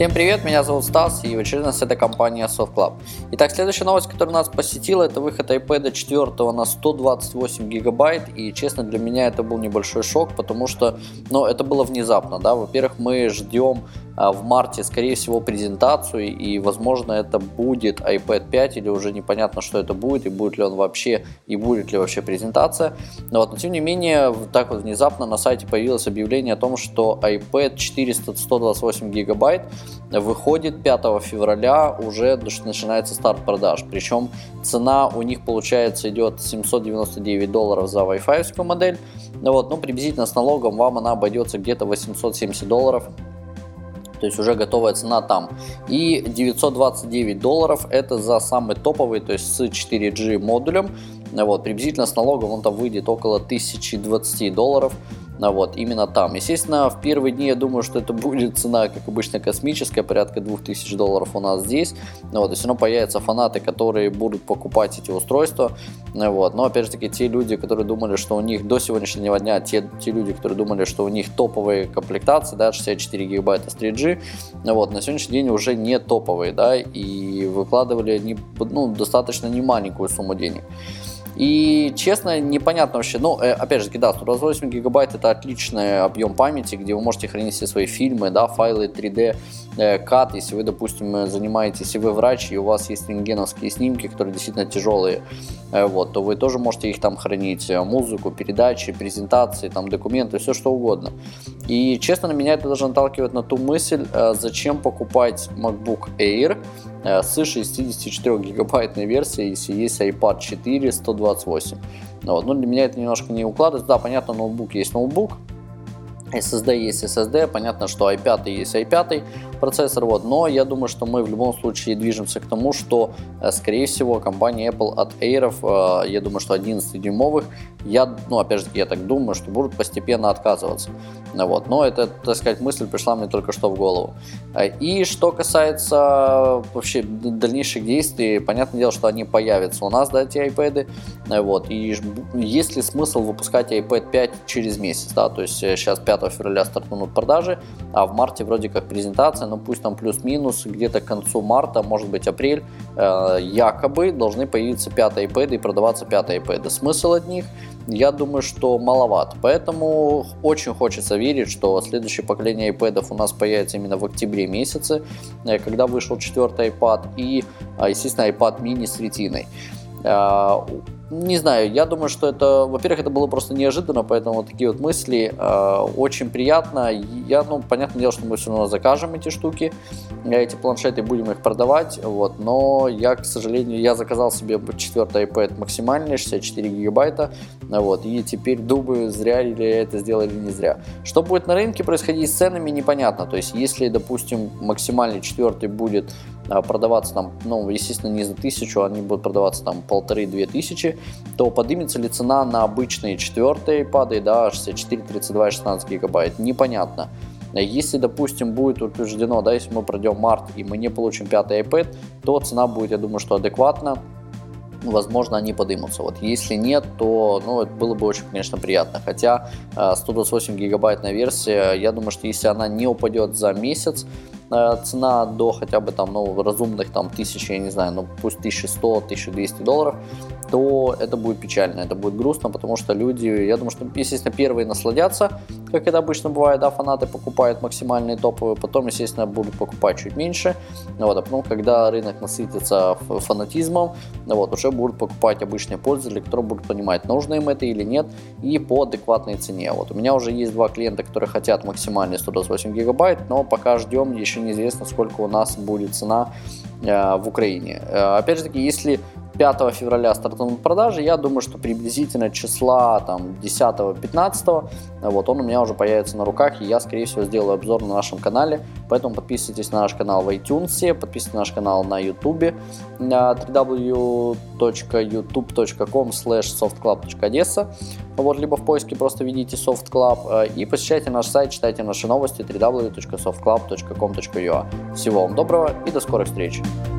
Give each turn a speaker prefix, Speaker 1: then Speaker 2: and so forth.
Speaker 1: Всем привет, меня зовут Стас, и в очередной раз это компания SoftClub. Итак, следующая новость, которая нас посетила, это выход iPad 4 на 128 гигабайт, и честно, для меня это был небольшой шок, потому что, это было внезапно, да, во-первых, мы ждем в марте, скорее всего, презентацию, и, возможно, это будет iPad 5, или уже непонятно, что это будет, и будет ли он вообще, и будет ли вообще презентация. Но тем не менее, так вот внезапно на сайте появилось объявление о том, что iPad 4 128 гигабайт выходит 5 февраля, уже начинается старт продаж. Причем цена у них, получается, идет $799 за Wi-Fi модель. Приблизительно с налогом вам она обойдется где-то $870. То есть уже готовая цена там. И $929 это за самый топовый, то есть с 4G модулем. Приблизительно с налогом он там выйдет около $1020. Именно там. Естественно, в первые дни я думаю, что это будет цена, как обычно, космическая, порядка $2000 у нас здесь. И все равно появятся фанаты, которые будут покупать эти устройства. Но опять же таки, те люди, которые думали, что у них до сегодняшнего дня, те люди, которые думали, что у них топовые комплектации, да, 64 гигабайта с 3G, на сегодняшний день уже не топовые, да, и выкладывали они, достаточно немаленькую сумму денег. И, честно, непонятно вообще, опять же таки, да, 128 гигабайт это отличный объем памяти, где вы можете хранить все свои фильмы, да, файлы 3D, CAD, если вы, допустим, занимаетесь, если вы врач, и у вас есть рентгеновские снимки, которые действительно тяжелые, то вы тоже можете их там хранить, музыку, передачи, презентации, там, документы, все что угодно. И, честно, на меня это даже наталкивает на ту мысль, зачем покупать MacBook Air с 64 гигабайтной версией, если есть iPad 4 128. Для меня это немножко не укладывается. Да, понятно, ноутбук есть ноутбук, SSD есть SSD, понятно, что i5 есть i5 процессор, но я думаю, что мы в любом случае движемся к тому, что, скорее всего, компания Apple от Air, я думаю, что 11-дюймовых, опять же, я так думаю, что будут постепенно отказываться. Но это, так сказать, мысль пришла мне только что в голову. И что касается вообще дальнейших действий, понятное дело, что они появятся у нас, да, эти iPad, и есть ли смысл выпускать iPad 5 через месяц, да, то есть сейчас 5 февраля стартанут продажи, а в марте вроде как презентация, пусть там плюс-минус, где-то к концу марта, может быть апрель, якобы должны появиться 5 iPad и продаваться 5 iPad. Смысл от них? Я думаю, что маловато, поэтому очень хочется верить, что следующее поколение iPad у нас появится именно в октябре месяце, когда вышел 4-й iPad и, естественно, iPad mini с ретиной. Не знаю, я думаю, что это, во-первых, это было просто неожиданно, поэтому вот такие вот мысли, очень приятно. Понятное дело, что мы все равно закажем эти штуки, эти планшеты, будем их продавать, но я, к сожалению, я заказал себе 4-й iPad максимальный, 64 гигабайта, и теперь думаю, зря ли я это сделал или не зря. Что будет на рынке происходить с ценами, непонятно, то есть если, допустим, максимальный 4-й будет продаваться там, естественно, не за 1000, они будут продаваться там 1500-2000, то поднимется ли цена на обычные 4-е iPad, да, 64, 32 и 16 гигабайт, непонятно. Если, допустим, будет утверждено, да, если мы пройдем март и мы не получим 5-й iPad, то цена будет, я думаю, что адекватна. Возможно, они поднимутся. Если нет, то это было бы очень, конечно, приятно. Хотя 128 гигабайтная версия, я думаю, что если она не упадет за месяц, цена до хотя бы там, разумных там 1000, я не знаю, пусть $1100-1200, то это будет печально, это будет грустно, потому что люди, я думаю, что, естественно, первые насладятся, как это обычно бывает, да, фанаты покупают максимальные топовые, потом, естественно, будут покупать чуть меньше, а потом, когда рынок насытится фанатизмом, уже будут покупать обычные пользователи, которые будут понимать, нужно им это или нет, и по адекватной цене. У меня уже есть 2 клиента, которые хотят максимальный 128 гигабайт, но пока ждем, еще неизвестно, сколько у нас будет цена в Украине. Опять же таки, если 5 февраля стартанут продажи, я думаю, что приблизительно числа 10-15 он у меня уже появится на руках, и я, скорее всего, сделаю обзор на нашем канале, поэтому подписывайтесь на наш канал в iTunes, подписывайтесь на наш канал на YouTube, на www.youtube.com/softclub.odessa, либо в поиске просто введите Soft Club, и посещайте наш сайт, читайте наши новости www.softclub.com.ua. Всего вам доброго и до скорых встреч!